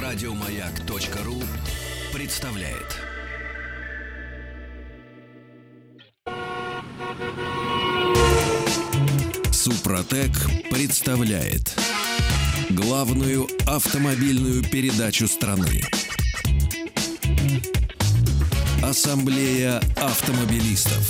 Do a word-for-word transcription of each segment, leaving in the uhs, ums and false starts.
Радиомаяк.ру представляет. Супротек представляет главную автомобильную передачу страны. Ассамблея автомобилистов.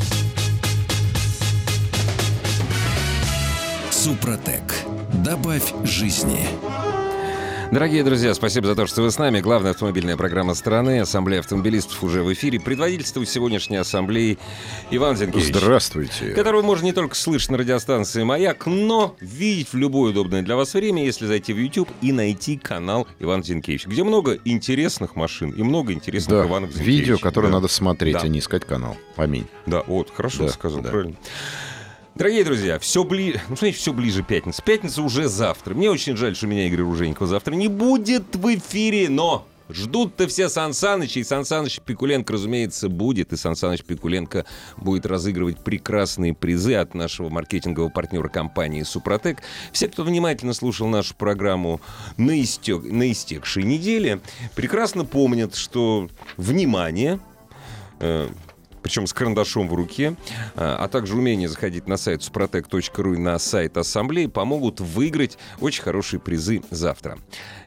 Супротек. Добавь жизни. Дорогие друзья, спасибо за то, что вы с нами. Главная автомобильная программа страны. Ассамблея автомобилистов уже в эфире. Предводительствует сегодняшней ассамблеи Иван Зинкевич. Здравствуйте. Которого можно не только слышать на радиостанции «Маяк», но видеть в любое удобное для вас время, если зайти в YouTube и найти канал Иван Зинкевич, где много интересных машин и много интересных да, Иванов Зинкевича. Видео, которое да. надо смотреть, да. а не искать канал. Аминь. Да, вот, хорошо да, сказал, да. правильно. Дорогие друзья, все ближе, ну, смотрите, все ближе пятница. Пятница уже завтра. Мне очень жаль, что меня, Игоря Ружейникова, завтра не будет в эфире, но ждут-то все Сан Саныча, и Сан Саныч Пикуленко, разумеется, будет. И Сан Саныч Пикуленко будет разыгрывать прекрасные призы от нашего маркетингового партнера компании «Супротек». Все, кто внимательно слушал нашу программу на, истек... на истекшей неделе, прекрасно помнят, что, внимание... Э... причем с карандашом в руке, а также умение заходить на сайт супротек точка ру и на сайт Ассамблеи помогут выиграть очень хорошие призы завтра.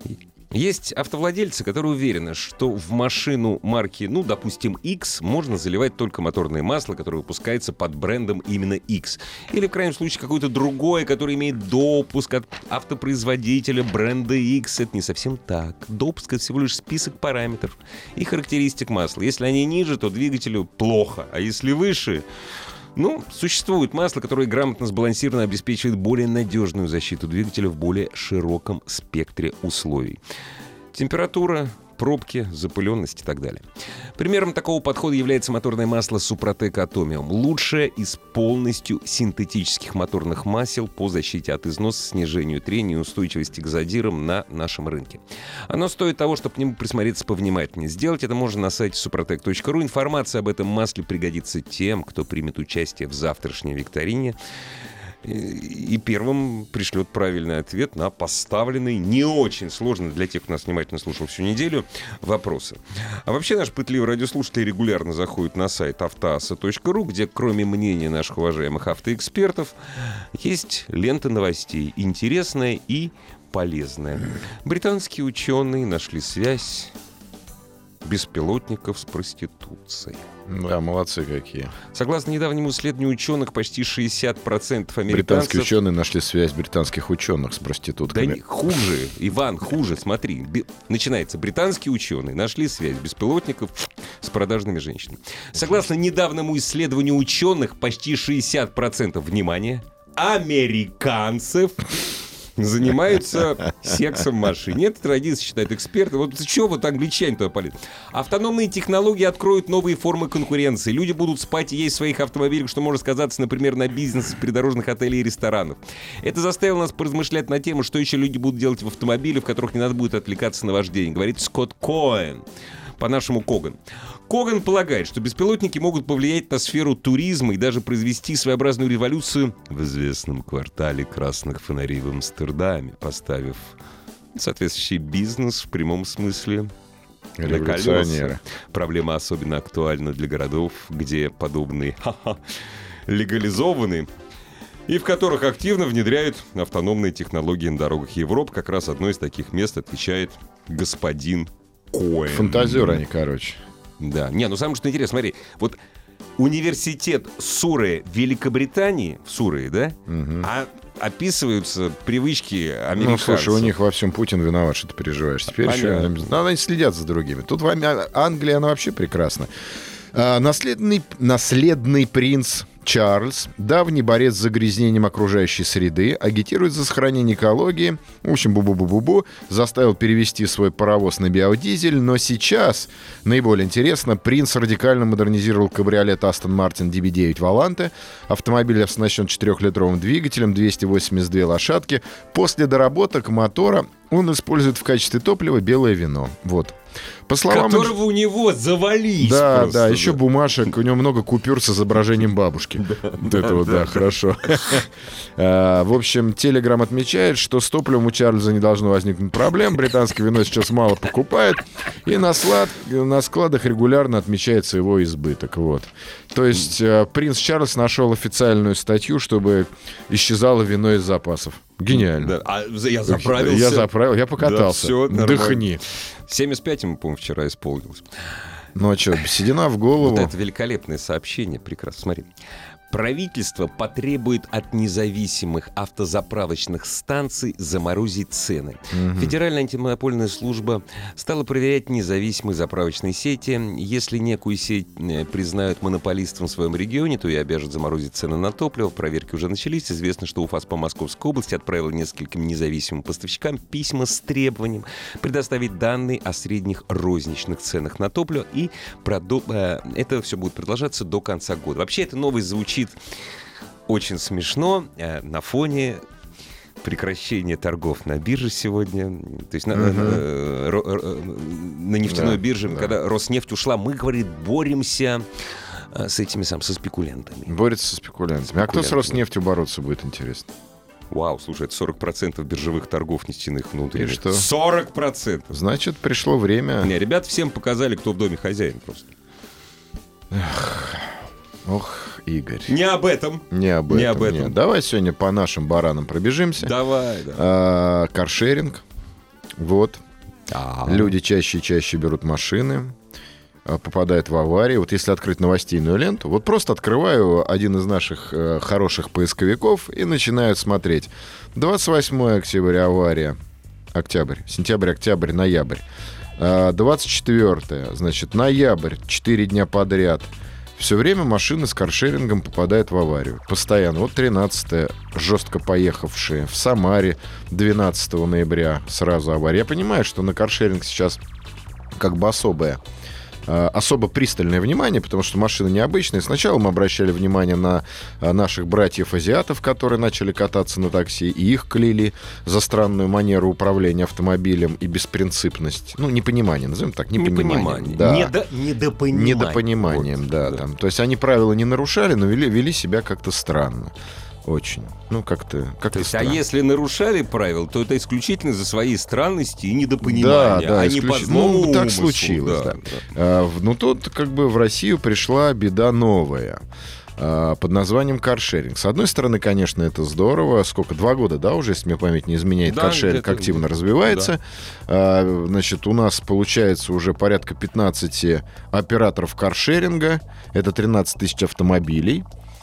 Есть автовладельцы, которые уверены, что в машину марки, ну, допустим, X, можно заливать только моторное масло, которое выпускается под брендом именно X. Или, в крайнем случае, какое-то другое, которое имеет допуск от автопроизводителя бренда X. Это не совсем так. Допуск — это всего лишь список параметров и характеристик масла. Если они ниже, то двигателю плохо, а если выше... Ну, существует масло, которое грамотно сбалансированно обеспечивает более надежную защиту двигателя в более широком спектре условий. Температура, пробки, запыленность и так далее. Примером такого подхода является моторное масло Супротек Атомиум. Лучшее из полностью синтетических моторных масел по защите от износа, снижению трения и устойчивости к задирам на нашем рынке. Оно стоит того, чтобы к нему присмотреться повнимательнее. Сделать это можно на сайте супротек точка ру. Информация об этом масле пригодится тем, кто примет участие в завтрашней викторине и первым пришлет правильный ответ на поставленный, не очень сложно для тех, кто нас внимательно слушал всю неделю, вопросы. А вообще наши пытливые радиослушатели регулярно заходят на сайт автоаса точка ру, где кроме мнения наших уважаемых автоэкспертов есть лента новостей, интересная и полезная. Британские ученые нашли связь беспилотников с проституцией. Да, молодцы какие. Согласно недавнему исследованию ученых, почти шестьдесят процентов американцев... Британские ученые нашли связь британских ученых с проститутками. Да не, хуже, Иван, хуже, смотри. Би... Начинается. Британские ученые нашли связь беспилотников с продажными женщинами. Согласно недавнему исследованию ученых, почти шестьдесят процентов, внимания, американцев... занимаются сексом в машине. Это традиция, считают эксперты. Вот что вот англичане туда полезли? Автономные технологии откроют новые формы конкуренции. Люди будут спать и есть в своих автомобилях, что может сказаться, например, на бизнесе придорожных отелей и ресторанов. Это заставило нас поразмышлять на тему, что еще люди будут делать в автомобилях, в которых не надо будет отвлекаться на вождение. Говорит Скотт Коэн. По-нашему Коган. Коган полагает, что беспилотники могут повлиять на сферу туризма и даже произвести своеобразную революцию в известном квартале красных фонарей в Амстердаме, поставив соответствующий бизнес в прямом смысле для колес. Проблема особенно актуальна для городов, где подобные ха-ха, легализованы и в которых активно внедряют автономные технологии на дорогах Европы. Как раз одно из таких мест отвечает господин Коэн. Фантазеры они, короче. Да. Не, ну самое что интересно, смотри, вот университет Суррей Великобритании, в Суррее, да, угу. а, описываются привычки американцев. Ну, слушай, у них во всем Путин виноват, что ты переживаешь. Теперь еще, ну, они следят за другими. Тут в Англии она вообще прекрасна. А, наследный, наследный принц Чарльз, давний борец с загрязнением окружающей среды, агитирует за сохранение экологии, в общем, бу-бу-бу-бу-бу, заставил перевести свой паровоз на биодизель, но сейчас, наиболее интересно, принц радикально модернизировал кабриолет Aston Martin ди би девять Volante. Автомобиль оснащен четырехлитровым двигателем, двести восемьдесят две лошадки. После доработок мотора он использует в качестве топлива белое вино. Вот. По словам... Которого у него завались. Да, просто, да, да, еще бумажек, у него много купюр с изображением бабушки. Вот это вот, да, хорошо. В общем, Telegram отмечает, что с топливом у Чарльза не должно возникнуть проблем. Британское вино сейчас мало покупает, и на складах регулярно отмечается его избыток. Вот. То есть принц Чарльз нашел официальную статью, чтобы исчезало вино из запасов. Гениально. Да. А я заправился. Я заправил, я покатался. Да, все, дыхни. семьдесят пять ему, по-моему, вчера исполнилось. Ну а что, седина в голову. Вот это великолепное сообщение, прекрасно. Смотри. Правительство потребует от независимых автозаправочных станций заморозить цены. Угу. Федеральная антимонопольная служба стала проверять независимые заправочные сети. Если некую сеть признают монополистом в своем регионе, то и обяжут заморозить цены на топливо. Проверки уже начались. Известно, что УФАС по Московской области отправил нескольким независимым поставщикам письма с требованием предоставить данные о средних розничных ценах на топливо. И продо... это все будет продолжаться до конца года. Вообще, эта новость звучит очень смешно э, на фоне прекращения торгов на бирже сегодня. То есть на, uh-huh. э, ро, э, на нефтяной да, бирже, да. Когда Роснефть ушла, мы, говорит, боремся э, с этими сам, со спекулянтами. Борется со спекулянтами. А кто с Роснефтью бороться будет, интересно? Вау, слушай, это сорок процентов биржевых торгов нефтяных внутренних. И что? сорок процентов! Значит, пришло время... Не, ребят всем показали, кто в доме хозяин просто. Эх, ох... Игорь. Не об этом. Не об этом. Не об этом. Нет. Давай сегодня по нашим баранам пробежимся. Давай, да. А, каршеринг. Вот. А-а-а. Люди чаще и чаще берут машины, попадают в аварии. Вот если открыть новостейную ленту, вот просто открываю один из наших э, хороших поисковиков и начинаю смотреть. двадцать восьмое октября авария. Октябрь. Сентябрь, октябрь, ноябрь. А, двадцать четвёртое. Значит, ноябрь. четыре дня подряд. Все время машины с каршерингом попадают в аварию. Постоянно. Вот тринадцатое. Жестко поехавшие. В Самаре двенадцатого ноября сразу авария. Я понимаю, что на каршеринг сейчас как бы особое, особо пристальное внимание, потому что машины необычные. Сначала мы обращали внимание на наших братьев-азиатов, которые начали кататься на такси, и их кляли за странную манеру управления автомобилем и беспринципность. Ну, непонимание, назовем так, непонимание. Да. Недо, недопонимание. Недопониманием, вот, да, да. Там. То есть они правила не нарушали, но вели, вели себя как-то странно. Очень. Ну, как-то, как-то то есть, странно. А если нарушали правила, то это исключительно за свои странности и недопонимания, да, да, а исключ... не по злому Ну, так умыслу, случилось, да. да. да. А, ну, тут как бы в Россию пришла беда новая а, под названием каршеринг. С одной стороны, конечно, это здорово. Сколько? Два года, да, уже, если мне память не изменяет, да, каршеринг активно развивается. Да. А, значит, у нас получается уже порядка пятнадцать операторов каршеринга. Это тринадцать тысяч автомобилей.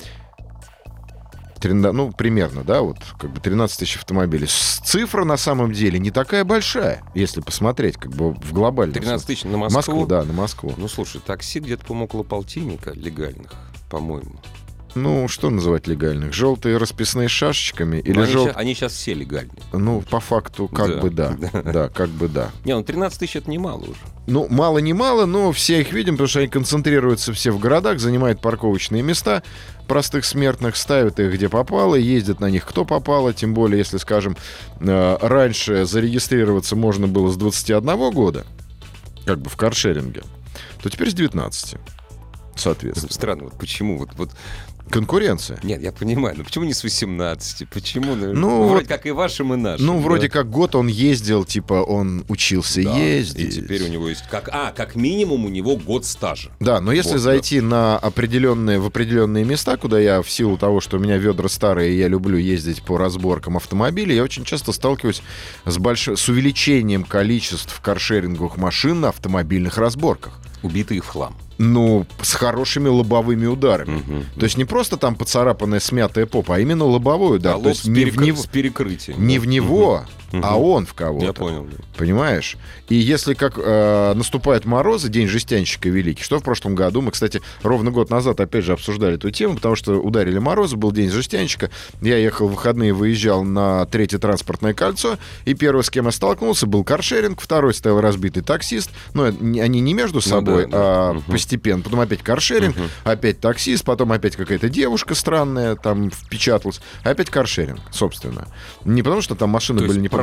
Ну, примерно, да, вот как бы тринадцать тысяч автомобилей. Цифра на самом деле не такая большая, если посмотреть как бы в глобальном. тринадцать тысяч на Москву? Москву, да, на Москву. Ну, слушай, такси где-то, по-моему, около полтинника легальных, по-моему. Ну, что называть легальных? Желтые расписные с шашечками? Или они, жел... сейчас, они сейчас все легальные. Ну, по факту, как да. бы да. Да, как бы да. Не, ну тринадцать тысяч это немало уже. Ну, мало не мало, но все их видим, потому что они концентрируются все в городах, занимают парковочные места простых смертных, ставят их где попало, ездят на них кто попало. Тем более, если, скажем, раньше зарегистрироваться можно было с двадцати одного года, как бы в каршеринге, то теперь с девятнадцати. Соответственно. Странно, вот почему вот, вот... Конкуренция. Нет, я понимаю, но почему не с восемнадцати? Почему? Ну, вроде вот, как и вашим, и нашим. Ну, да? вроде как год он ездил, типа он учился да, ездить. И теперь у него есть... Как, а, как минимум у него год стажа. Да, но если вот, зайти да. на определенные, в определенные места, куда я в силу того, что у меня ведра старые, и я люблю ездить по разборкам автомобилей, я очень часто сталкиваюсь с, больш... с увеличением количеств каршеринговых машин на автомобильных разборках. Убитые в хлам. Ну, с хорошими лобовыми ударами. Угу. То есть не просто там поцарапанная, смятая попа, а именно лобовой удар. А То есть с, не перекр... в него... с перекрытием. Не да? в него, угу. а он в кого-то. Я понял. Да. Понимаешь? И если как э, наступают морозы, день жестянщика великий, что в прошлом году, мы, кстати, ровно год назад опять же обсуждали эту тему, потому что ударили морозы, был день жестянщика, я ехал в выходные, выезжал на третье транспортное кольцо, и первый, с кем я столкнулся, был каршеринг, второй стоял разбитый таксист, но они не между собой, ну, да, а да. Угу. постепенно, потом опять каршеринг, угу. опять таксист, потом опять какая-то девушка странная там впечаталась, опять каршеринг, собственно. Не потому, что там машины То были есть неправильные.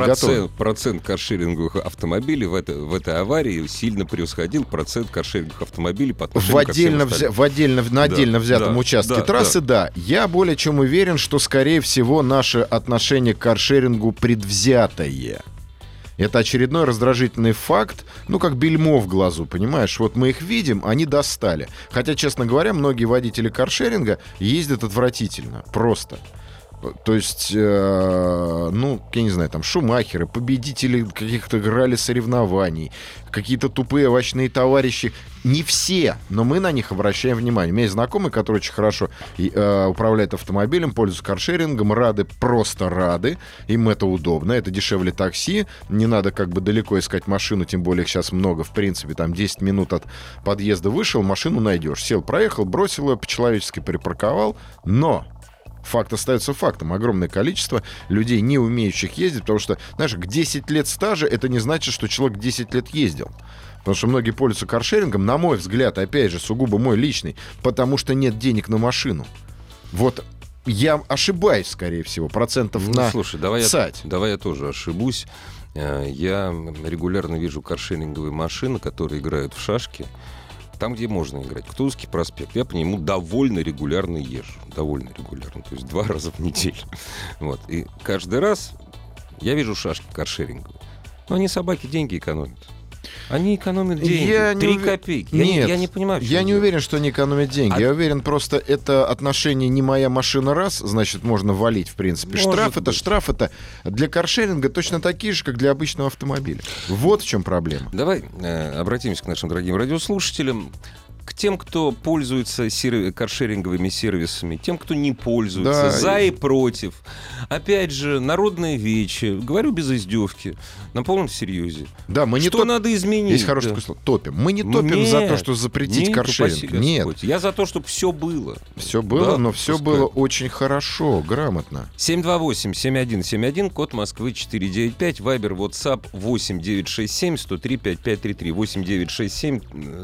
готовы. Процент каршеринговых автомобилей в, это, в этой аварии сильно превосходил процент каршеринговых автомобилей по отношению в отдельно, ко всем остальным. в отдельно, на Да, отдельно взятом да, участке да, трассы, да. да. Я более чем уверен, что, скорее всего, наше отношение к каршерингу предвзятое. Это очередной раздражительный факт, ну, как бельмо в глазу, понимаешь? Вот мы их видим, они достали. Хотя, честно говоря, многие водители каршеринга ездят отвратительно, просто. То есть, э, ну, я не знаю, там, шумахеры, победители каких-то ралли-соревнований, какие-то тупые овощные товарищи. Не все, но мы на них обращаем внимание. У меня есть знакомый, который очень хорошо э, управляет автомобилем, пользуется каршерингом, рады, просто рады. Им это удобно, это дешевле такси. Не надо как бы далеко искать машину, тем более их сейчас много. В принципе, там десять минут от подъезда вышел, машину найдешь. Сел, проехал, бросил ее, по-человечески припарковал. Но... факт остается фактом. Огромное количество людей, не умеющих ездить, потому что, знаешь, к десять лет стажа это не значит, что человек десять лет ездил. Потому что многие пользуются каршерингом, на мой взгляд, опять же, сугубо мой личный, потому что нет денег на машину. Вот я ошибаюсь, скорее всего, процентов ну, на слушай, давай цать. Я, давай я тоже ошибусь. Я регулярно вижу каршеринговые машины, которые играют в шашки. Там, где можно играть. Кутузовский проспект. Я по нему довольно регулярно езжу. Довольно регулярно. То есть два раза в неделю. Вот. И каждый раз я вижу шашки каршеринговые. Но они, собаки, деньги экономят. Они экономят деньги. Я Три не... копейки. Я, Нет, не, я не понимаю, я не дело. уверен, что они экономят деньги. А... Я уверен, просто это отношение не моя машина раз, значит, можно валить, в принципе. Может штраф быть. это, штраф это. Для каршеринга точно такие же, как для обычного автомобиля. Вот в чем проблема. Давай э, обратимся к нашим дорогим радиослушателям. К тем, кто пользуется серви- каршеринговыми сервисами, тем, кто не пользуется, да, за и... и против. Опять же, народные вечи. Говорю без издевки, на полном серьезе. Да, мы не что топ... надо изменить? Есть хорошее да. такое слово. Топим. Мы не топим нет, за то, что запретить нет, каршеринг. Нет. Я за то, чтобы все было. Все было, да, но все пускай. было очень хорошо, грамотно. семь два восемь семь один семь один, код Москвы четыре девять пять, Вайбер, WhatsApp восемь девятьсот шестьдесят семь сто три пятьдесят пять тридцать три, восемь девятьсот шестьдесят семь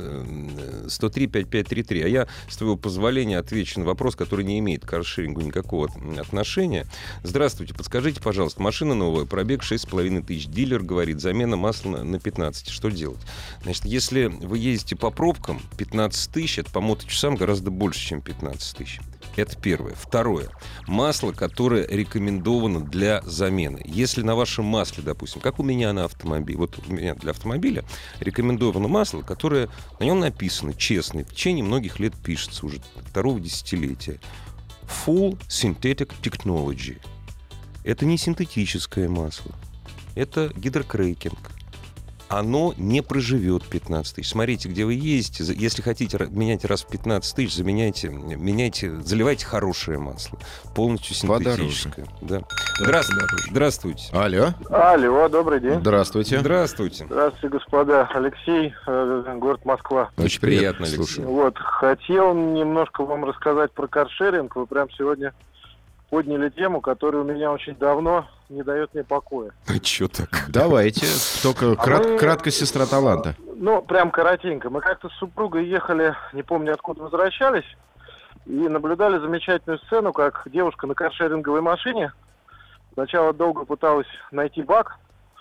сто три пятьдесят пять тридцать три. А я, с твоего позволения, отвечу на вопрос, который не имеет к каршерингу никакого отношения. Здравствуйте, подскажите, пожалуйста, машина новая, пробег шесть с половиной тысяч. Дилер говорит, замена масла на пятнадцать. Что делать? Значит, если вы ездите по пробкам, пятнадцать тысяч, это по моточасам гораздо больше, чем пятнадцать тысяч. Это первое. Второе. Масло, которое рекомендовано для замены. Если на вашем масле, допустим, как у меня на автомобиле, вот у меня для автомобиля рекомендовано масло, которое на нем написано, честно, в течение многих лет пишется, уже второго десятилетия. Full Synthetic Technology. Это не синтетическое масло. Это гидрокрекинг. Оно не проживет пятнадцать тысяч. Смотрите, где вы ездите. Если хотите менять раз в пятнадцать тысяч, заменяйте, меняйте, заливайте хорошее масло. Полностью синтетическое. Да. Здравствуйте. Здравствуйте. Алло. Алло, добрый день. Здравствуйте. Здравствуйте. Здравствуйте, господа. Алексей, э, город Москва. Очень, Очень приятно, приятно, Алексей. Вот, хотел немножко вам рассказать про каршеринг. Вы прям сегодня подняли тему, которая у меня очень давно не дает мне покоя. А чё так? Давайте. Только А крат, мы- кратко, сестра таланта. Ну, прям коротенько. Мы как-то с супругой ехали, не помню откуда возвращались, и наблюдали замечательную сцену, как девушка на каршеринговой машине сначала долго пыталась найти бак,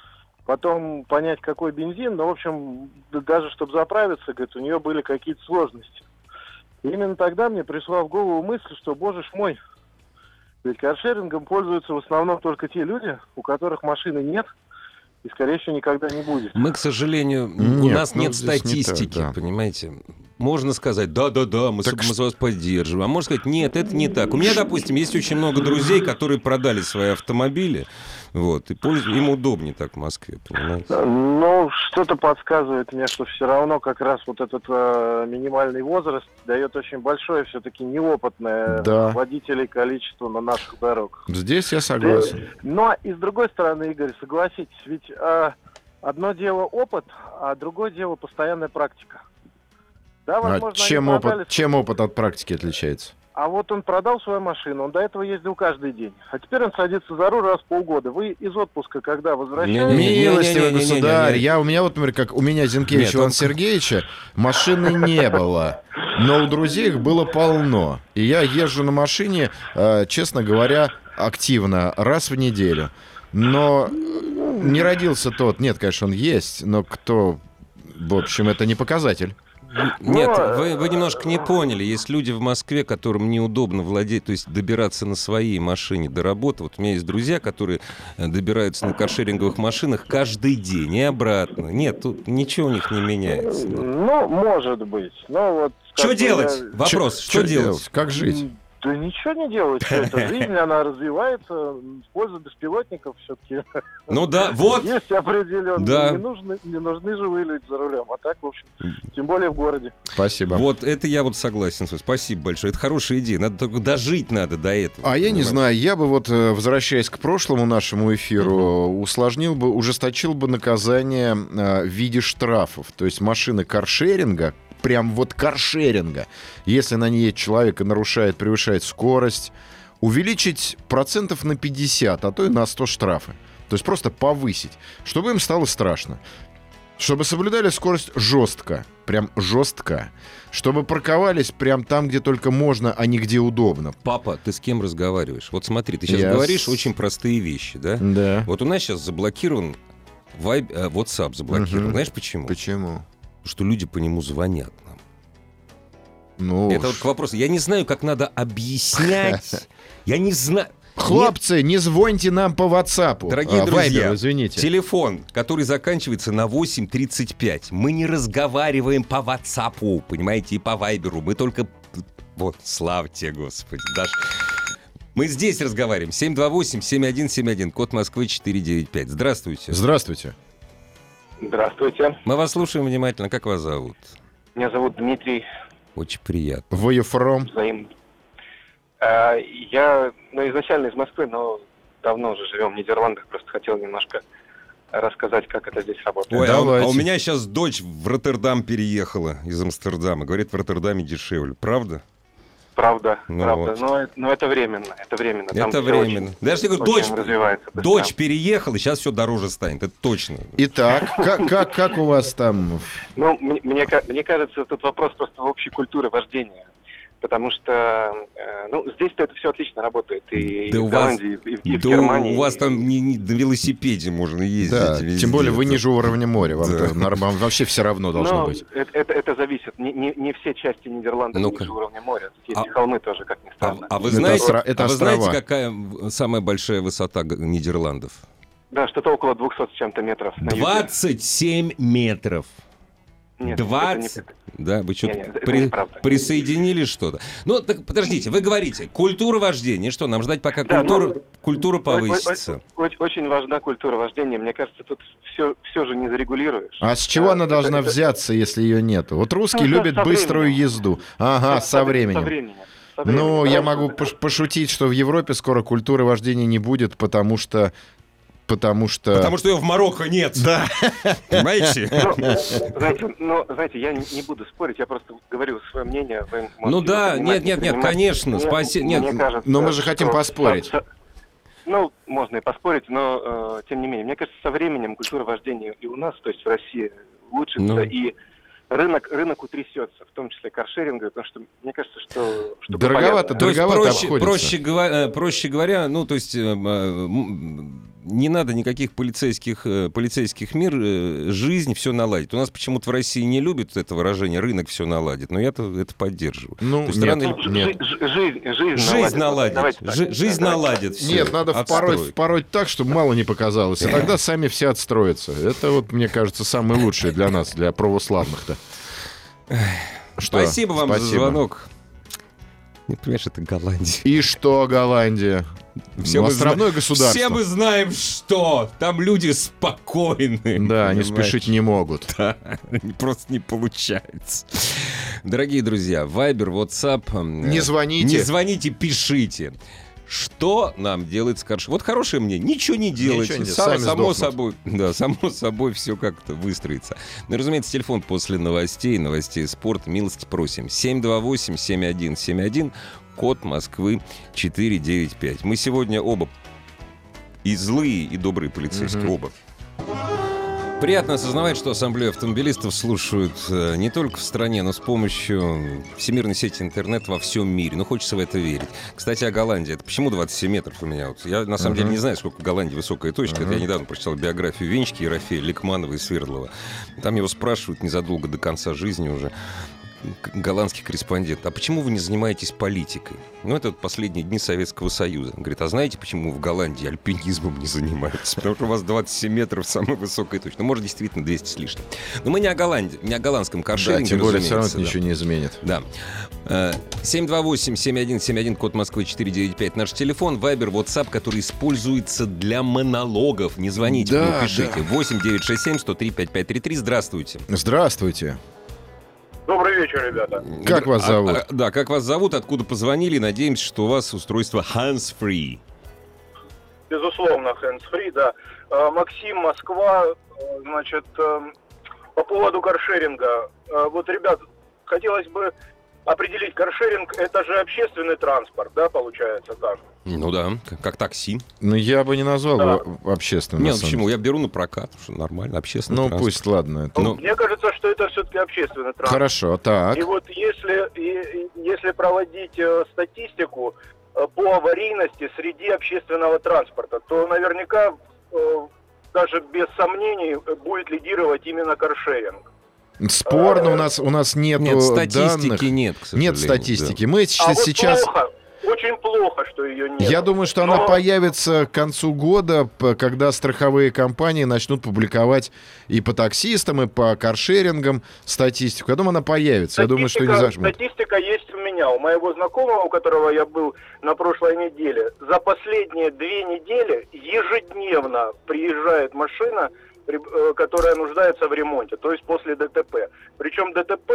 потом понять, какой бензин, но, в общем, д- даже чтобы заправиться, говорит, у нее были какие-то сложности. И именно тогда мне пришла в голову мысль, что, боже ж мой, ведь каршерингом пользуются в основном только те люди, у которых машины нет и, скорее всего, никогда не будет. Мы, к сожалению, у Нет, нас ну, нет здесь не статистики, так, да. понимаете? Можно сказать, да-да-да, мы, с- Так мы вас поддерживаем. А можно сказать, нет, это не так. У меня, допустим, есть очень много друзей, которые продали свои автомобили, вот, и пользу- им удобнее так в Москве, понимаете? Ну, что-то подсказывает мне, что все равно как раз вот этот э, минимальный возраст дает очень большое все-таки неопытное Да. водителей количество на наших дорогах. Здесь я согласен. Но и с другой стороны, Игорь, согласитесь, ведь э, одно дело опыт, а другое дело постоянная практика. Да, А возможно, чем, они продали- опыт, чем опыт от практики отличается? А вот он продал свою машину, он до этого ездил каждый день. А теперь он садится за руль раз в полгода. Вы из отпуска когда возвращаетесь? Не-не-не. Милостивый Не-не-не-не-не-не. государь, я, у меня вот, например, как у меня Зинкевич Нет, Ивана он- Сергеевича, машины не было, но у друзей их было полно. И я езжу на машине, э, честно говоря, активно, раз в неделю. Но не родился тот, нет, конечно, он есть, но кто, в общем, это не показатель. Нет, Но- вы, вы немножко не поняли. Есть люди в Москве, которым неудобно владеть, то есть добираться на своей машине до работы. Вот у меня есть друзья, которые э, добираются на каршеринговых машинах каждый день и обратно. Нет, тут ничего у них не меняется. Ну, может быть. Но вот... как Что бы делать? я- Вопрос, что Чё делать? Как жить? Да ничего не делать. Что это? Жизнь, она развивается в пользу беспилотников все-таки. Ну да, вот. Есть определенные. Да. Не, нужны, не нужны живые люди за рулем. А так, в общем, тем более в городе. Спасибо. Вот это я вот согласен. с вами. Спасибо большое. Это хорошая идея. Надо только дожить надо до этого. А я не понимаешь? знаю, я бы вот, э, возвращаясь к прошлому нашему эфиру, усложнил бы, ужесточил бы наказание э, в виде штрафов. То есть машины каршеринга, прям вот каршеринга, если на ней человек и нарушает, превышает скорость, увеличить процентов на пятьдесят, а то и на сто штрафы. То есть просто повысить, чтобы им стало страшно. Чтобы соблюдали скорость жестко, прям жестко. Чтобы парковались прям там, где только можно, а не где удобно. Папа, ты с кем разговариваешь? Вот смотри, ты сейчас Я говоришь с- очень простые вещи, да? Да. Вот у нас сейчас заблокирован Vibe, э, WhatsApp заблокирован. Мгм. Знаешь почему? Почему? Что люди по нему звонят нам. Ну, Это вот к вопросу. Я не знаю, как надо объяснять. Я не знаю. хлопцы, не звоните нам по WhatsApp. Дорогие А, друзья, Viber, извините. телефон, который заканчивается на восемь тридцать пять. Мы не разговариваем по WhatsApp, понимаете, и по Viber. Мы только... Вот, слава тебе, Господи. Даш... Мы здесь разговариваем. семь два восемь семь один семь один, код Москвы четыре девять пять. Здравствуйте. Здравствуйте. Здравствуйте. Мы вас слушаем внимательно. Как вас зовут? Меня зовут Дмитрий. Очень приятно. Where you from? Взаимно. А, Я ну, изначально из Москвы, но давно уже живем в Нидерландах. Просто хотел немножко рассказать, как это здесь работает. Ой, а у, Давайте. а у меня сейчас дочь в Роттердам переехала из Амстердама. Говорит, в Роттердаме дешевле. Правда? Правда, Ну правда. вот. Но, это- но это временно. Это временно. Там Это всё временно. очень- Даже я говорю, очень дочь, развивается быстро. дочь переехала, сейчас все дороже станет. Это точно. Итак, как, как, как у вас там? Ну, мне, мне ка- мне кажется, тут вопрос просто общей культуры вождения. Потому что, э, ну, здесь-то это все отлично работает. И, Да в у вас- Голландии, и, в- и в Да Германии. у вас там не, не на велосипеде можно ездить. Да, везде. тем более вы Это- ниже уровня моря. Вам Да. нормально, вообще все равно должно Но быть. Это, это, это зависит. Не, не, не все части Нидерландов Ну-ка. ниже уровня моря. Тут есть А- и холмы тоже, как ни А, странно. а вы Это знаете, остро- это а вы знаете, острова. какая в- самая большая высота Г- Нидерландов? Да, что-то около двухсот с чем-то метров на юге. двадцать семь метров. Нет, это двадцать? не- Да, вы что-то Не, не, это при- неправда. присоединили что-то. Ну, так подождите, вы говорите, культура вождения. Что, нам ждать, пока Да, культура, ну, культура повысится? Очень, очень важна культура вождения. Мне кажется, тут все, все же не зарегулируешь. А с чего Да, она это- должна это- взяться, если ее нету? Вот русские Ну, со- любят со быструю временем. езду. Ага, со временем. Со временем. Со Ну, временем. я Раньше могу это- пош- пошутить, что в Европе скоро культуры вождения не будет, потому что... Потому что... Потому что ее в Марокко нет. Да. Понимаете? Ну, знаете, ну, знаете, я не, не буду спорить, я просто говорю свое мнение. Вы Ну можете да, его принимать, нет, нет, не нет, принимать. конечно, Мне- спаси- мне нет, кажется, но мы же хотим что поспорить. со- со- Ну, можно и поспорить, но э, тем не менее, мне кажется, со временем культура вождения и у нас, то есть в России, улучшится, Ну. и рынок, рынок утрясется, в том числе каршеринга, потому что мне кажется, что... что Дороговато, понятно. То есть Дороговато проще, обходится. проще, говоря, э, проще говоря, ну, то есть э, м, не надо никаких полицейских, э, полицейских мер, э, жизнь все наладит. У нас почему-то в России не любят это выражение «рынок все наладит», но я-то это поддерживаю. Ну, То есть нет, рано или- Ну, нет. жи- жи- жизнь, жизнь, Жизнь наладит. наладит, Давайте так. Жи- жизнь Да, наладит. всё. Нет, надо впороть, Отстрой. впороть так, чтобы мало не показалось. И тогда сами все отстроятся. Это вот, мне кажется, самое лучшее для нас, для православных-то. Что? Спасибо вам за Спасибо. звонок. Не понимаешь, это Голландия. И что, Голландия? Все Ну, мы островное зна- государство. Все мы знаем, что там люди спокойные. Да, они понимаешь? спешить не могут. Да, просто не получается. Дорогие друзья, Viber, WhatsApp. э, Не звоните. Не звоните, пишите. Что нам делать с каршером? Вот хорошее мне, ничего не делайте. Ничего не- Са- сами само сдохнут. собой, да, само собой все как-то выстроится. Ну и, разумеется, телефон после новостей, новостей спорта. Милости просим. семь два восемь семь один семь один, код Москвы четыре девять пять. Мы сегодня оба и злые, и добрые полицейские, Мгм. оба. Приятно осознавать, что ассамблею автомобилистов слушают э, не только в стране, но с помощью всемирной сети интернет во всем мире. Ну, хочется в это верить. Кстати, о Голландии. Это почему двадцать семь метров у меня? Вот я, на самом uh-huh. деле, не знаю, сколько в Голландии высокая точка. Uh-huh. Это я недавно прочитал биографию Венчики, Ерофея, Ликманова и Свердлова. Там его спрашивают незадолго до конца жизни уже. Голландский корреспондент: а почему вы не занимаетесь политикой? Ну, это вот последние дни Советского Союза. Он говорит: а знаете, почему в Голландии альпинизмом не занимаетесь? Потому что у вас двадцать семь метров самая высокая точка. Ну, может, действительно двести с лишним. Но мы не о Голландии, не о голландском каршеринге. Да, тем более все равно это да. ничего не изменит. Да. семь два восемь семь один семь один, код Москвы четыре девять пять. Наш телефон, Вайбер, WhatsApp, который используется для монологов. Не звоните, да, пишите. Да. восемь девятьсот шестьдесят семь сто три пятьдесят пять тридцать три. Здравствуйте. Здравствуйте. Добрый вечер, ребята. Как вас зовут? А, а, да, как вас зовут, откуда позвонили? Надеемся, что у вас устройство hands-free. Безусловно, hands-free, да. Максим, Москва. Значит, по поводу каршеринга. Вот, ребят, хотелось бы определить, каршеринг — это же общественный транспорт, да, получается так? Ну да, как, как такси. Ну, я бы не назвал да. его общественным. Нет, почему? Я беру на прокат, что нормально, общественный ну, транспорт. Ну, пусть, ладно. Это... Ну, мне кажется, что это все-таки общественный транспорт. Хорошо, так. И вот если, и, если проводить э, статистику э, по аварийности среди общественного транспорта, то наверняка, э, даже без сомнений, будет лидировать именно каршеринг. Спорно, у нас, у нас нету нет статистики, данных. нет, к сожалению. Нет статистики. Да. Мы а сейчас... Вот плохо, очень плохо, что ее нет. Я думаю, что Но... она появится к концу года, когда страховые компании начнут публиковать и по таксистам, и по каршерингам статистику. Я думаю, она появится. Статистика, я думаю, что не зажмут. Статистика есть у меня. У моего знакомого, у которого я был на прошлой неделе, за последние две недели ежедневно приезжает машина, которая нуждается в ремонте, то есть после ДТП. Причем ДТП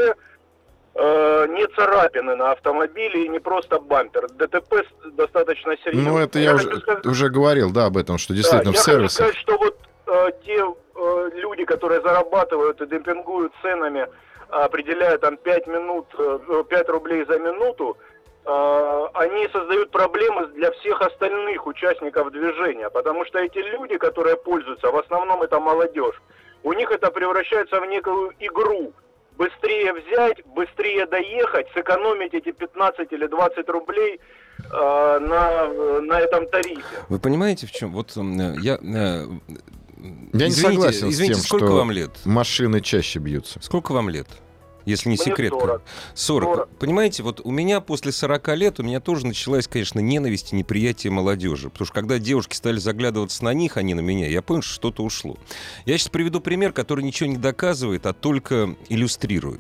э, не царапины на автомобиле и не просто бампер. ДТП достаточно серьезно. Ну, это я, я уже, сказать, уже говорил, да, об этом, что действительно да, в сервисе. Я хочу сказать, что вот э, те э, люди, которые зарабатывают и демпингуют ценами, определяя там пять минут, э, пять рублей за минуту, они создают проблемы для всех остальных участников движения, потому что эти люди, которые пользуются, в основном это молодежь, у них это превращается в некую игру. Быстрее взять, быстрее доехать, сэкономить эти пятнадцать или двадцать рублей э, на, на этом тарифе. Вы понимаете, в чем? Вот я... Я извините, не согласен извините, с тем, сколько что вам лет? Машины чаще бьются. Сколько вам лет? Если не Мне секрет. сорок. сорок. сорок. Понимаете, вот у меня после сорока лет, у меня тоже началась, конечно, ненависть и неприятие молодежи. Потому что когда девушки стали заглядываться на них, а не на меня, я понял, что что-то ушло. Я сейчас приведу пример, который ничего не доказывает, а только иллюстрирует.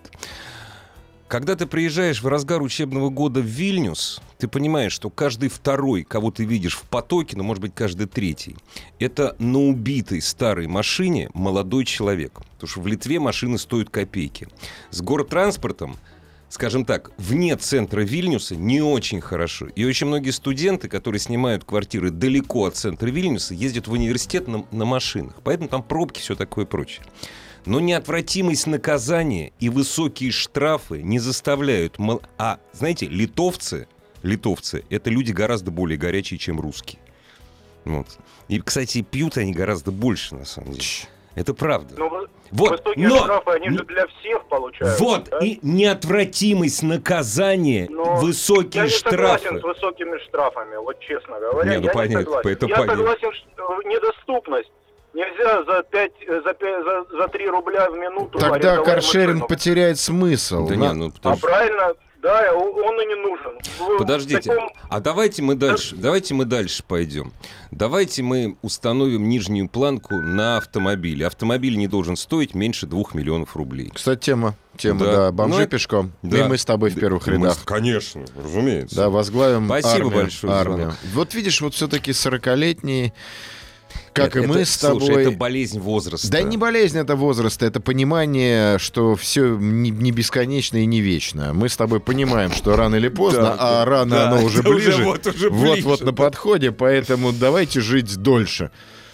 Когда ты приезжаешь в разгар учебного года в Вильнюс, ты понимаешь, что каждый второй, кого ты видишь в потоке, ну, может быть, каждый третий, это на убитой старой машине молодой человек. Потому что в Литве машины стоят копейки. С городтранспортом, скажем так, вне центра Вильнюса не очень хорошо. И очень многие студенты, которые снимают квартиры далеко от центра Вильнюса, ездят в университет на, на машинах. Поэтому там пробки, все такое прочее. Но неотвратимость наказания и высокие штрафы не заставляют... Мол... А, знаете, литовцы, литовцы — это люди гораздо более горячие, чем русские. Вот. И, кстати, пьют они гораздо больше, на самом деле. Это правда. Но, вот, высокие но... штрафы, они же для всех получаются. Вот, да? И неотвратимость наказания, но высокие штрафы. Я не согласен с высокими штрафами, вот честно говоря. Не, ну, я понятно, не согласен. Это я понятно. согласен, что недоступность. Нельзя за пять, за пять, за, за три рубля в минуту. Тогда каршеринг потеряет смысл. Да на... не, ну, а что... правильно, да, он и не нужен. Подождите, таком... а давайте мы дальше, давайте мы дальше пойдем. Давайте мы установим нижнюю планку на автомобиле. Автомобиль не должен стоить меньше двух миллионов рублей. Кстати, тема. Тема, да, да бомжи ну, пешком. Да. И мы с тобой в первых да, рядах. Мы, конечно, разумеется. Да, возглавим Спасибо армию. большое. Армию. Вот видишь, вот все-таки сорокалетние... Как Нет, и мы это, с тобой... Слушай, это болезнь возраста. Да не болезнь это возраста, это понимание, что все не, не бесконечно и не вечно. Мы с тобой понимаем, что рано или поздно, да, а рано да, оно уже ближе. Уже, вот, уже ближе. Вот-вот на подходе, поэтому давайте жить дольше.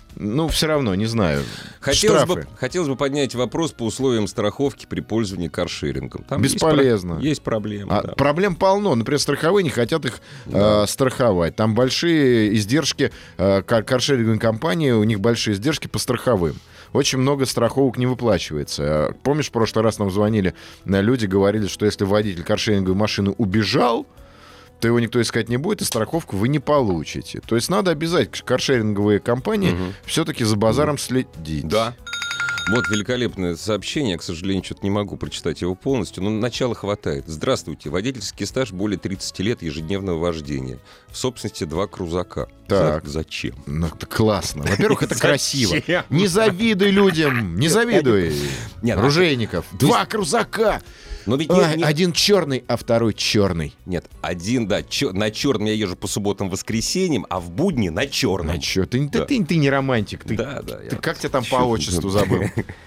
Ну, все равно, не знаю. Хотелось Штрафы. бы, хотелось бы поднять вопрос по условиям страховки при пользовании каршерингом. Там Бесполезно. Есть, про... есть проблемы. А, да. Проблем полно. Например, страховые не хотят их Да. э, страховать. Там большие издержки, э, кар- каршеринговые компании, у них большие издержки по страховым. Очень много страховок не выплачивается. Помнишь, в прошлый раз нам звонили э, люди, говорили, что если водитель каршеринговой машины убежал, то его никто искать не будет, и страховку вы не получите. То есть надо обязать каршеринговые компании Мгм. все-таки за базаром следить. Да. Вот великолепное сообщение. Я, к сожалению, что-то не могу прочитать его полностью, но начала хватает. Здравствуйте. Водительский стаж более тридцати лет ежедневного вождения. В собственности два крузака. Так. За- Зачем? Ну, это классно. Во-первых, это красиво. Зачем? Не завидуй людям, не завидуй. Нет, а- Ружейников. Два крузака. Но ведь Ой, нет, нет, один черный, а второй черный. нет, один, да, чё- на черном я езжу по субботам, воскресеньям, а в будни на черном. А чё, ты, ты, Да. ты, ты не романтик. Ты, Да, да. ты я- как тебя там по Чё- отчеству забыл?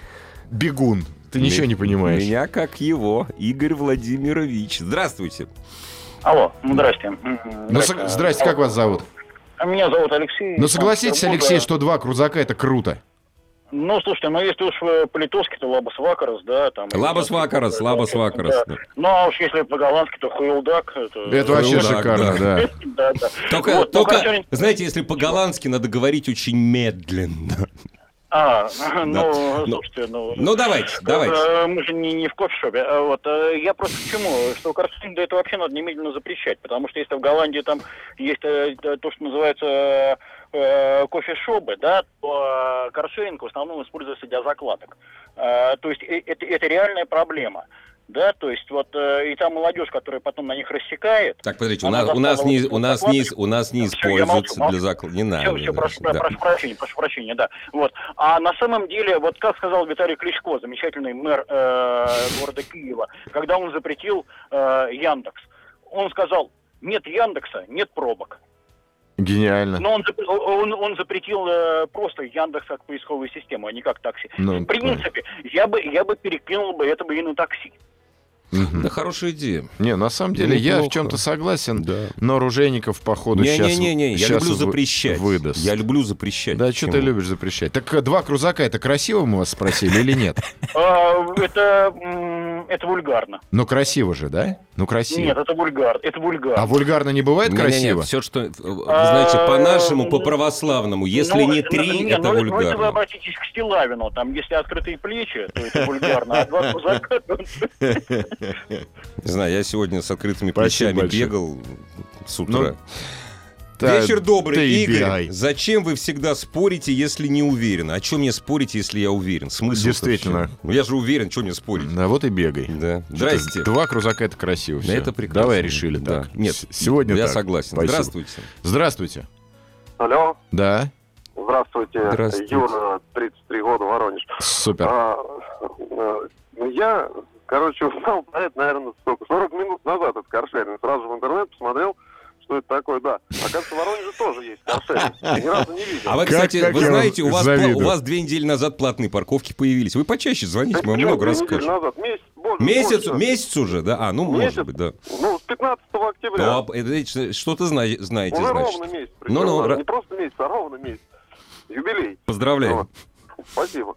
Бегун. Ты ничего не понимаешь. Меня как его, Игорь Владимирович. Здравствуйте. Алло, ну, здрасте. Ну, сог- здрасте, как вас зовут? Меня зовут Алексей. Ну, согласитесь, Санкт-Петербурга. Алексей, что два крузака — это круто. Ну, слушайте, ну, если уж э, по-литовски, то лабас вакарас, да, там... Лабас вакарас, лабас вакарас. Да. Ну, а уж если по-голландски, то хуилдак. Это, Это вообще Крузак, шикарно, да. да. Да, да. Только, Вот, ну, только Каршеринг- знаете, если по-голландски, надо говорить очень медленно. А, ну, Ну, слушайте, ну... Ну, давайте, давайте. э, Мы же не, не в кофешопе. А Вот, э, я просто к чему? Что каршеринг, да это вообще надо немедленно запрещать. Потому что если в Голландии там есть э, то, что называется э, кофешопы, да, то э, каршеринг в основном используется для закладок. Э, то есть э, это, это реальная проблема. Да, то есть вот э, и та молодежь, которая потом на них рассекает. Так, подождите, у она нас, у нас не, заставила у нас не, закладок. у нас не Всё, я используется молчу, для заклада. Не надо. Все, все, да, прошу, да. прошу прощения, прошу прощения, да. Вот. А на самом деле, вот как сказал Виталий Кличко, замечательный мэр э, города Киева, когда он запретил э, Яндекс, он сказал: нет Яндекса, нет пробок. Гениально. Но он, зап- он, он запретил э, просто Яндекс как поисковую систему, а не как такси. Ну, В принципе, я бы, я бы перекинул бы это бы и на такси. Мгм. Да, хорошая идея. Не, на самом деле, я в Неплохо. чем-то согласен, Да. но оружейников, походу, сейчас Не-не-не, я люблю вы- запрещать. выдаст. Я люблю запрещать. Да, что ты Почему? любишь запрещать? Так э, два крузака — это красиво, мы вас спросили, или нет? А, это, м, это вульгарно. Ну, красиво же, да? Ну, красиво. Нет, это вульгар, это вульгарно. А вульгарно не бывает красиво? Все, что, э, знаете, по-нашему, по-правослану, если Ну, не ну, три, не, это ну, Ну, это вы вульгарно. обратитесь к Стилавину, там, если открытые плечи, то это вульгарно, а два крузака, то- Не знаю, я сегодня с открытыми Спасибо плечами большое. бегал с утра. Ну, Да, Вечер добрый, ты Игорь. бегай. Зачем вы всегда спорите, если не уверены? О чем мне спорить, если я уверен? Смысл? Действительно. Ну, я же уверен, что мне спорить? Да, вот и бегай. Да. Что-то Здрасте. Два крузака — это красиво. Да, всё. это прекрасно. Давай решили Да. так. Нет, С- сегодня я так. согласен. Спасибо. Здравствуйте. Здравствуйте. Алло, Да, здравствуйте. Здравствуйте. Юра, тридцать три года, Воронеж. супер. А, э, я, короче, узнал про это, наверное, сколько, сорок минут назад этот каршеринг. Сразу в интернет посмотрел, что это такое, да. Оказывается, в Воронеже тоже есть каршеринг. Ни разу не видел. А вы, Как- кстати, как вы я знаете, у вам вас, завидую. пла- у вас две недели назад платные парковки появились. Вы почаще звоните, мы вам Причем много две недели расскажем. назад, месяц, больше, Месяц, больше. месяц уже, да? А, ну, Месяц? может быть, да. Ну, с пятнадцатого октября. Ну, а это что-то зна- знаете, Уже значит. ровно месяц. причем, Ну-ну, да. ра- Не просто месяц, а ровно месяц. Юбилей. Поздравляю. Вот. Спасибо.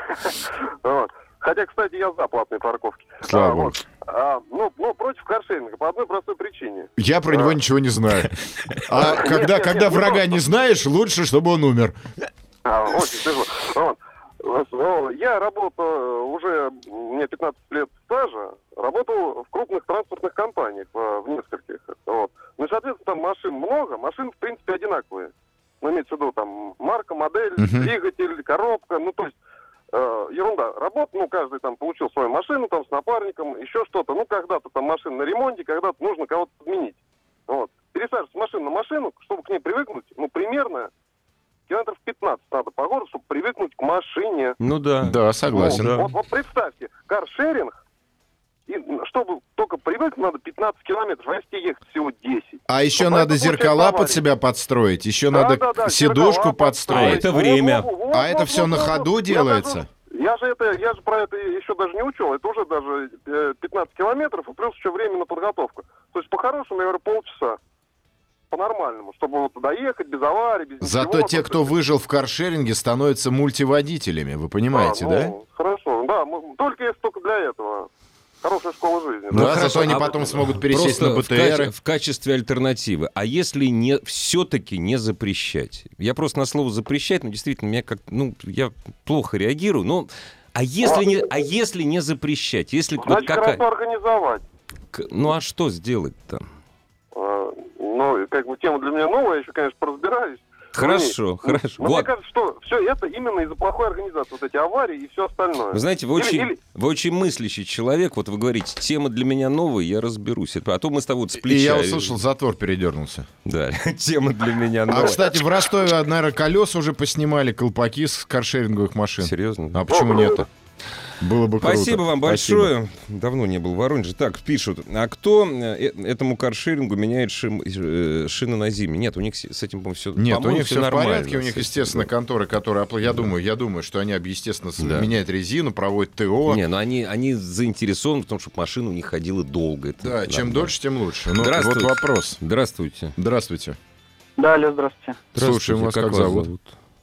Вот. Хотя, кстати, я за платные парковки. Слава А, богу. вот. А, ну, ну, против каршеринга по одной простой причине. Я про него ничего не знаю. А Нет, когда, нет, когда нет, не врага просто. не знаешь, лучше, чтобы он умер. А, очень тяжело. Вот. Ну, я работаю уже, мне пятнадцать лет стажа, работал в крупных транспортных компаниях, в, в нескольких. Вот. Ну, и, соответственно, там машин много, машин, в принципе, одинаковые. Ну, имеется в виду, там, марка, модель, Мгм. двигатель, коробка, ну, то есть, э, ерунда. Работа, ну, каждый там получил свою машину, там, с напарником, еще что-то. Ну, когда-то там машина на ремонте, когда-то нужно кого-то подменить. Вот. Пересаживать с машины на машину, чтобы к ней привыкнуть, ну, примерно километров пятнадцать надо по городу, чтобы привыкнуть к машине. Ну да. Да, согласен. Да. Вот, вот представьте, каршеринг, и чтобы только привыкнуть, надо пятнадцать километров, а если ехать всего десять. А еще Ну, надо поэтому зеркала получается под авария. себя подстроить, еще Да, надо да, да, сидушку зеркала подстроить. А это время. Во, во, во, А это вот, все вот, на вот, ходу вот. Я делается? даже- Я же это, я же про это еще даже не учел. Это уже даже э, пятнадцать километров, и плюс еще время на подготовку. То есть, по-хорошему, я говорю, полчаса. по-нормальному, чтобы вот доехать без аварий, без ничего. Зато те, кто выжил в каршеринге, становятся мультиводителями, вы понимаете, а, да? Ну, хорошо, да, мы, только если только для этого. Хорошая школа жизни. Да, Ну, зато хорошо, они а потом смогут пересесть на просто в, БТРы. каче- в качестве альтернативы. А если не все-таки не запрещать? Я просто на слово запрещать, ну, действительно, меня как, ну, я плохо реагирую, но а если, не, а если не запрещать? Если, Значит, вот какая, хорошо организовать. к- ну, а что сделать-то? А, ну, как бы тема для меня новая, я еще, конечно, поразбираюсь. Хорошо, Ну, хорошо. Но Вот. мне кажется, что все это именно из-за плохой организации. Вот эти аварии и все остальное. Вы знаете, вы Или- очень, или- вы очень мыслящий человек. Вот вы говорите, тема для меня новая, я разберусь. Это- А то мы с тобой вот с И плеча... я услышал, затвор передернулся. Да, тема для меня А, новая. кстати, в Ростове, наверное, колеса уже поснимали, колпаки с каршеринговых машин. Серьезно? А почему нет? Было бы круто. Спасибо вам Спасибо. большое. Давно не был в Воронеже. Так, пишут. А кто э, этому каршерингу меняет шим- э, шины на зиме? Нет, у них с с этим, по-моему, все Нет, у по-моему, них все в нормально порядке, у них, с этим, естественно, да. конторы, которые... опла- Я думаю, я думаю, что они, естественно, с- Да. меняют резину, проводят ТО. Не, ну они, они заинтересованы в том, чтобы машина у них ходила долго. Это Да, нормально. чем дольше, тем лучше. Ну, вот Здравствуйте. вопрос. Здравствуйте. Здравствуйте. Да, алло, здравствуйте. Слушаем вас, как зовут?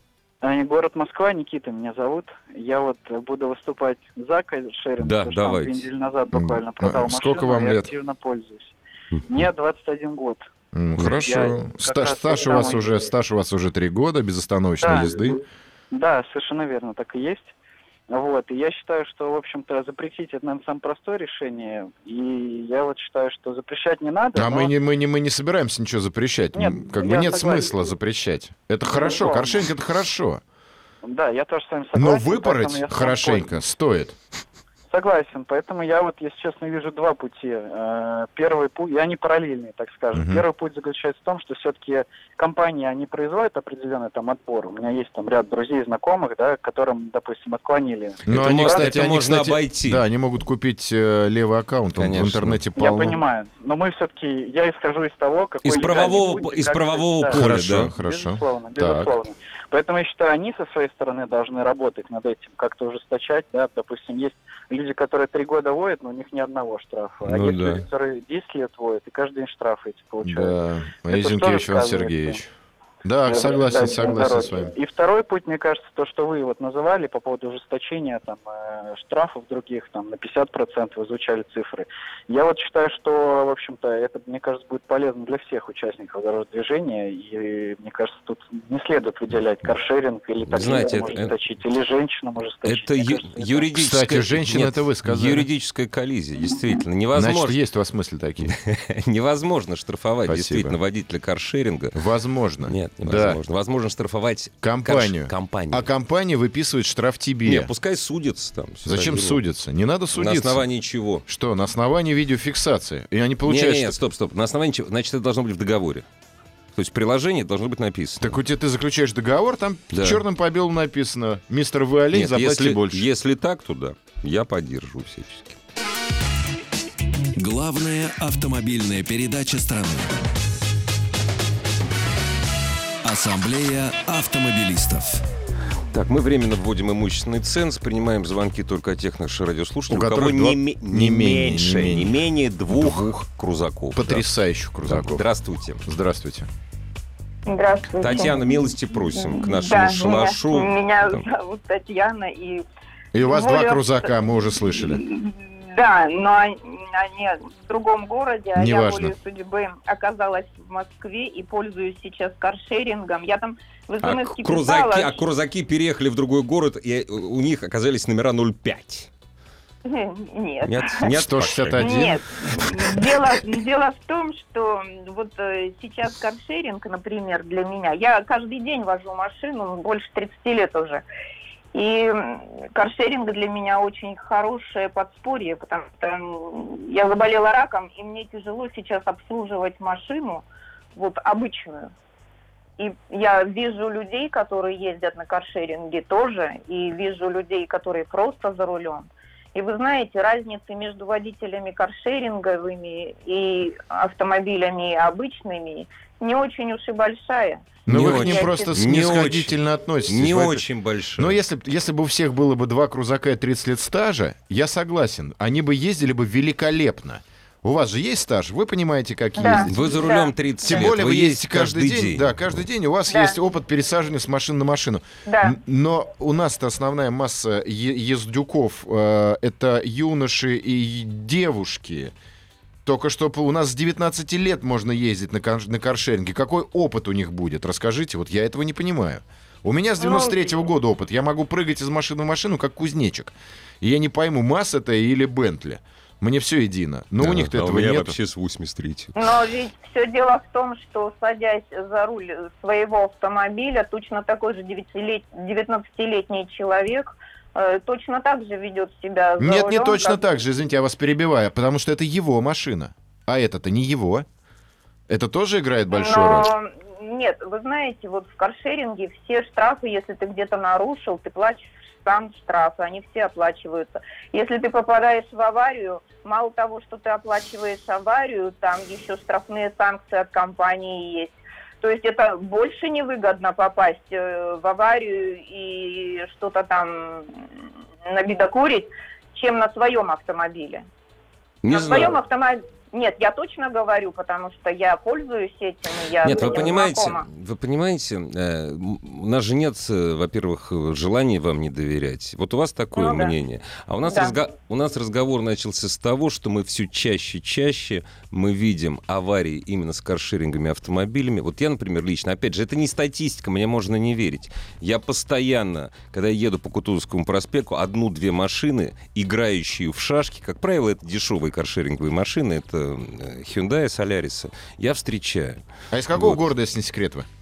А, Город Москва, Никита меня зовут. Я вот буду выступать за каршеринг. Да, потому что давайте. Две недели назад буквально М, продал а машину. сколько вам и лет? активно пользуюсь. Мне двадцать один год. М, Я Хорошо. как Ста- раз Стаж у когда вас мы- уже, стаж у вас уже три года безостановочной Да, езды. Да, совершенно верно, так и есть. Вот, и я считаю, что, в общем-то, запретить это, наверное, самое простое решение. И я вот считаю, что запрещать не надо. А но- мы не, мы, не, мы не собираемся ничего запрещать. Нет, М, как бы я нет согласен. смысла запрещать. Это хорошо, Безусловно. каршеринг это хорошо. Да, я тоже с вами Но согласен. выпороть поэтому я с вами хорошенько стоит. Согласен, поэтому я вот, если честно, вижу два пути. Э, Первый путь, и они параллельные, так скажем. Мгм. Первый путь заключается в том, что все-таки компании, они производят определенный там отбор. У меня есть там ряд друзей, знакомых, да, которым, допустим, отклонили. Но Это они, можно- кстати, это они, можно кстати, обойти. Да, они могут купить э, левый аккаунт, он Конечно. в интернете Я полно. понимаю, но мы все-таки, я исхожу из того, какой Из легальный правового, путь и из как- правового да. поля, Хорошо, да? хорошо. Безусловно, Так. безусловно. Поэтому я считаю, они со своей стороны должны работать над этим, как-то ужесточать, да, допустим, есть люди, которые три года воют, но у них ни одного штрафа, а Ну есть да. люди, которые десять лет воют, и каждый день штрафы эти получают. Да, Это Изюнкевич что Иван рассказывает, Сергеевич. Да, Да, согласен, да, согласен дороги. с вами. И второй путь, мне кажется, то, что вы вот называли по поводу ужесточения там, э, штрафов других, там, на пятьдесят процентов вы звучали цифры. Я вот считаю, что, в общем-то, это, мне кажется, будет полезно для всех участников дорожного движения, и, мне кажется, тут не следует выделять каршеринг или таксиста Знаете, это- ужесточить, или женщинам ужесточить. Это Мне ю- кажется, это- юридическая... Кстати, женщина, Нет, это вы сказали. Юридическая коллизия, действительно. Значит, Невозможно, есть у вас мысли такие? невозможно штрафовать Спасибо. действительно водителя каршеринга. Возможно. Нет, Да. невозможно. Возможно штрафовать Компанию. карш- компанию. А компания выписывает штраф тебе. Нет, пускай судятся там. всё Зачем дело. судиться? Не надо На судиться. основании чего? Что, на основании видеофиксации? И они получают... Нет, нет, что- стоп, стоп. На основании чего? Значит, это должно быть в договоре. То есть в приложении должно быть написано. Так у тебя ты заключаешь договор, там Да. черным по белому написано: мистер, вы олень, Нет, заплатите если, больше. если так, то да. Я поддерживаю всячески. Главная автомобильная передача страны. Ассамблея автомобилистов. Так, мы временно вводим имущественный ценз, принимаем звонки только от тех наших радиослушателей, У у, кого которых не, два- ме- не не менее, меньше, не не менее. менее двух, крузаков. Потрясающих Да. крузаков. Здравствуйте. Здравствуйте. Здравствуйте. Татьяна, милости просим к нашему Да, шалашу. Меня, меня Там. зовут Татьяна, и И у вас Более- два крузака, мы уже слышали. да, но они, они в другом городе, а я Неважно. волею судьбы оказалась в Москве и пользуюсь сейчас каршерингом. Я там в А, СМС-ке крузаки, писала, а крузаки переехали в другой город, и у них оказались номера ноль пять. Нет. Нет, нет, сто шестьдесят один. Нет. Дело, дело в том, что вот э, сейчас каршеринг, например, для меня, я каждый день вожу машину, больше тридцати лет уже. И м, каршеринг для меня очень хорошее подспорье, потому что м, я заболела раком, и мне тяжело сейчас обслуживать машину, вот обычную. И я вижу людей, которые ездят на каршеринге тоже, и вижу людей, которые просто за рулем. И вы знаете, разница между водителями каршеринговыми и автомобилями обычными не очень уж и большая. Но Не вы к ним очень. просто Не снисходительно относитесь. Не В это- очень большой. Но если, б- если бы у всех было бы два крузака и тридцать лет стажа, я согласен, они бы ездили бы великолепно. У вас же есть стаж, вы понимаете, как Да. ездить. Вы за рулем тридцать Тем лет, более вы вы ездите ездите каждый день. день. Да, каждый день у вас Да. есть опыт пересаживания с машины на машину. Да. Н- Но у нас-то основная масса е- ездюков э, это юноши и девушки. Только что у нас с девятнадцати лет можно ездить на, кар- на каршеринге. Какой опыт у них будет? Расскажите, вот я этого не понимаю. У меня с девяносто третьего года опыт. Я могу прыгать из машины в машину, как кузнечик. И я не пойму, МАЗ это или Бентли. Мне все едино. Но Да, у них-то а этого у меня нет. вообще с восемьдесят третьего. Но ведь все дело в том, что, садясь за руль своего автомобиля, точно такой же девятнадцатилетний человек э, точно так же ведет себя за Нет, рулем, не точно как- так же, извините, я вас перебиваю, потому что это его машина. А это-то не его. Это тоже играет большую роль. Но, нет, вы знаете, вот в каршеринге все штрафы, если ты где-то нарушил, ты платишь сам штрафы, они все оплачиваются. Если ты попадаешь в аварию, мало того, что ты оплачиваешь аварию, там еще штрафные санкции от компании есть. То есть это больше невыгодно попасть э, в аварию и что-то там набедокурить, чем на своем автомобиле. Не на знаю. своем автомобиле... Нет, я точно говорю, потому что я пользуюсь этим, и я Нет, с вы этим понимаете, знакома. вы понимаете, э, м, у нас же нет, э, во-первых, э, желания вам не доверять. Вот у вас такое Ну да. мнение. А у нас, Да. разго- у нас разговор начался с того, что мы все чаще и чаще мы видим аварии именно с каршерингами автомобилями. Вот я, например, лично, опять же, это не статистика, мне можно не верить. Я постоянно, когда я еду по Кутузовскому проспекту, одну-две машины, играющие в шашки, как правило, это дешевые каршеринговые машины, это э, Hyundai, Solaris, я встречаю. А из какого Вот. города, если не секрет, вы?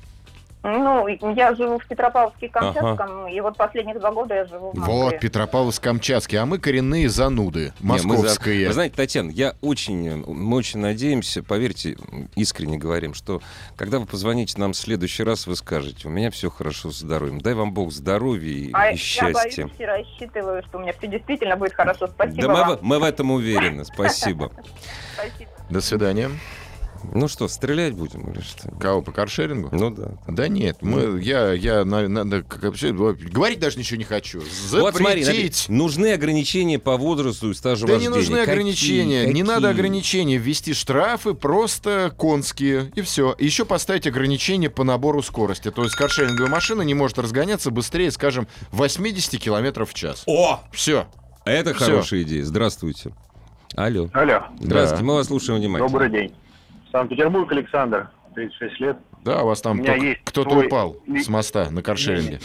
Ну, я живу в Петропавловске-Камчатском, и вот последних два года я живу в Москве. Вот, Петропавловск-Камчатский. А мы коренные зануды. Не, мы за- Московские. Вы знаете, Татьяна, я очень, мы очень надеемся, поверьте, искренне говорим, что когда вы позвоните нам в следующий раз, вы скажете: у меня все хорошо с здоровьем. Дай вам Бог здоровья и, А и я счастья. боюсь и рассчитываю, что у меня все действительно будет хорошо. Спасибо Да мы, вам. в- мы в этом уверены. Спасибо. Спасибо. До свидания. Ну что, стрелять будем или что? Кого, по каршерингу? Ну да. Да нет, мы, я, я, на- надо, как вообще, говорить даже ничего не хочу. Вот смотри, Запретить. Наталья, нужны ограничения по возрасту и стажу Да вождения. не нужны Какие? ограничения, не Какие? надо ограничения, ввести штрафы просто конские, и все. Еще поставить ограничения по набору скорости. То есть каршеринговая машина не может разгоняться быстрее, скажем, восемьдесят километров в час. О! Все. Это Всё. хорошая идея. Здравствуйте. Алло. Алло. Здравствуйте, Да. мы вас слушаем внимательно. Добрый день. Санкт-Петербург, Александр, тридцать шесть лет. Да, у вас там У меня только есть кто-то свой упал ли- с моста на каршеринге.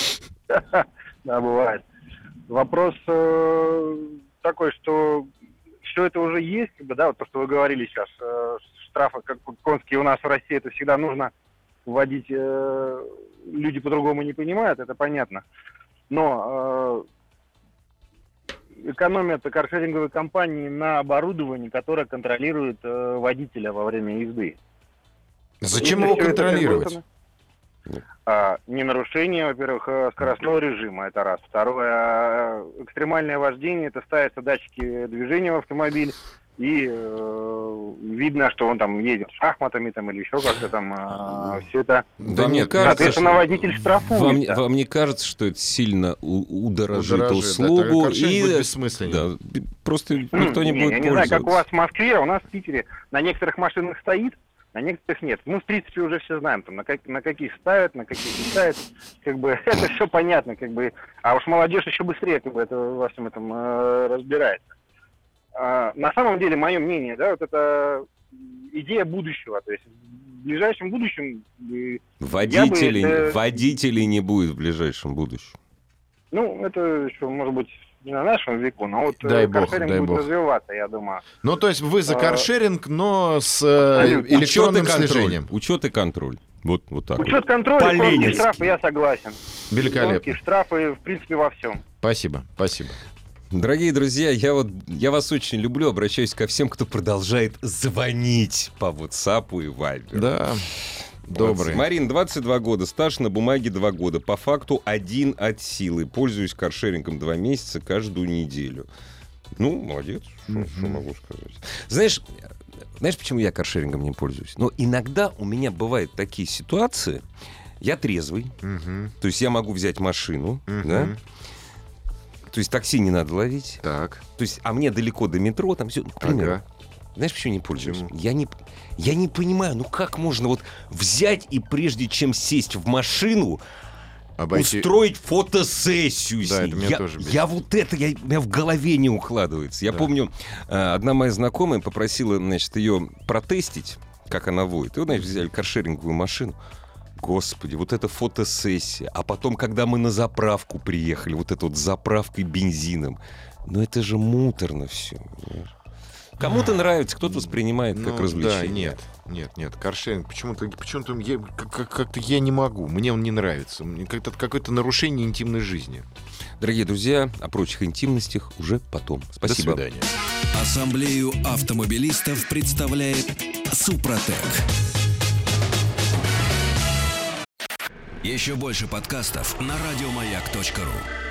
Да, бывает. Вопрос э, такой, что все это уже есть, как бы, да, вот то, что вы говорили сейчас, э, штрафы как конские у нас в России, это всегда нужно вводить, э, люди по-другому не понимают, это понятно. Но э, экономят каршеринговые компании на оборудовании, которое контролирует э, водителя во время езды. Зачем Если его всё это как бы контролировать? А, не нарушение, во-первых, э, скоростного режима, это раз. Второе, э, экстремальное вождение, это ставятся датчики движения в автомобиль, и э, видно, что он там едет шахматами там, или еще как-то там. Э, все это, Да Вам не нет, кажется, соответственно, что- водитель Вам, штрафуется. вам не кажется, что это сильно у- удорожит, Удорожит, да, услугу? тогда каршеринг и будет бессмысленнее. да, б- просто М, никто не, будет Я не знаю, как у пользоваться. вас в Москве, у нас в Питере на некоторых машинах стоит, на некоторых нет. Мы, в принципе, уже все знаем, там, на, как- на каких ставят, на каких не ставят. Как бы, это все понятно, как бы. А уж молодежь еще быстрее как бы, это, во всем этом э, разбирается. А, на самом деле, мое мнение, да, вот это идея будущего. То есть в ближайшем будущем, э, Водителей, я бы это- водителей не будет в ближайшем будущем. ну, это еще, может быть, не на нашем веку, но вот э, Дай бог, каршеринг дай будет бог. развиваться, я думаю. Ну, то есть вы за А, каршеринг, но с э, абсолютно. электронным Учет и контроль. слежением. Учет и контроль. Вот, вот так. вот. Учет контроля, По-ленински. конские штрафы, я согласен. Великолепно. Конские штрафы, в принципе, во всем. Спасибо, спасибо. Дорогие друзья, я вот я вас очень люблю, обращаюсь ко всем, кто продолжает звонить по WhatsApp и Viber. Да, добрый. Марин, двадцать два года, стаж на бумаге два года, по факту один от силы. Пользуюсь каршерингом два месяца каждую неделю. Ну, молодец, что могу сказать. Знаешь, знаешь, почему я каршерингом не пользуюсь? Но иногда у меня бывают такие ситуации, я трезвый, Мгм. то есть я могу взять машину, Мгм. да? То есть такси не надо ловить. Так. То есть, а мне далеко до метро, там все, к примеру. Ага. Знаешь, почему не пользуюсь? Я не, я не понимаю, ну как можно вот взять и прежде чем сесть в машину, Обойти... устроить фотосессию да, с ней. Это меня я, тоже бесит. я вот это, я, у меня в голове не укладывается. Я да. помню, одна моя знакомая попросила, значит, ее протестить, как она водит. И вот, значит, взяли каршеринговую машину. Господи, вот эта фотосессия. А потом, когда мы на заправку приехали, вот это вот заправкой бензином. Ну это же муторно все. Кому-то нравится, кто-то воспринимает ну, как развлечение. Да, нет, нет, нет. Каршеринг, почему-то, почему-то я, как- как-то я не могу. Мне он не нравится. Мне как-то какое-то нарушение интимной жизни. Дорогие друзья, о прочих интимностях уже потом. Спасибо. До свидания. Ассамблею автомобилистов представляет Супротек. Еще больше подкастов на радиомаяк точка ру.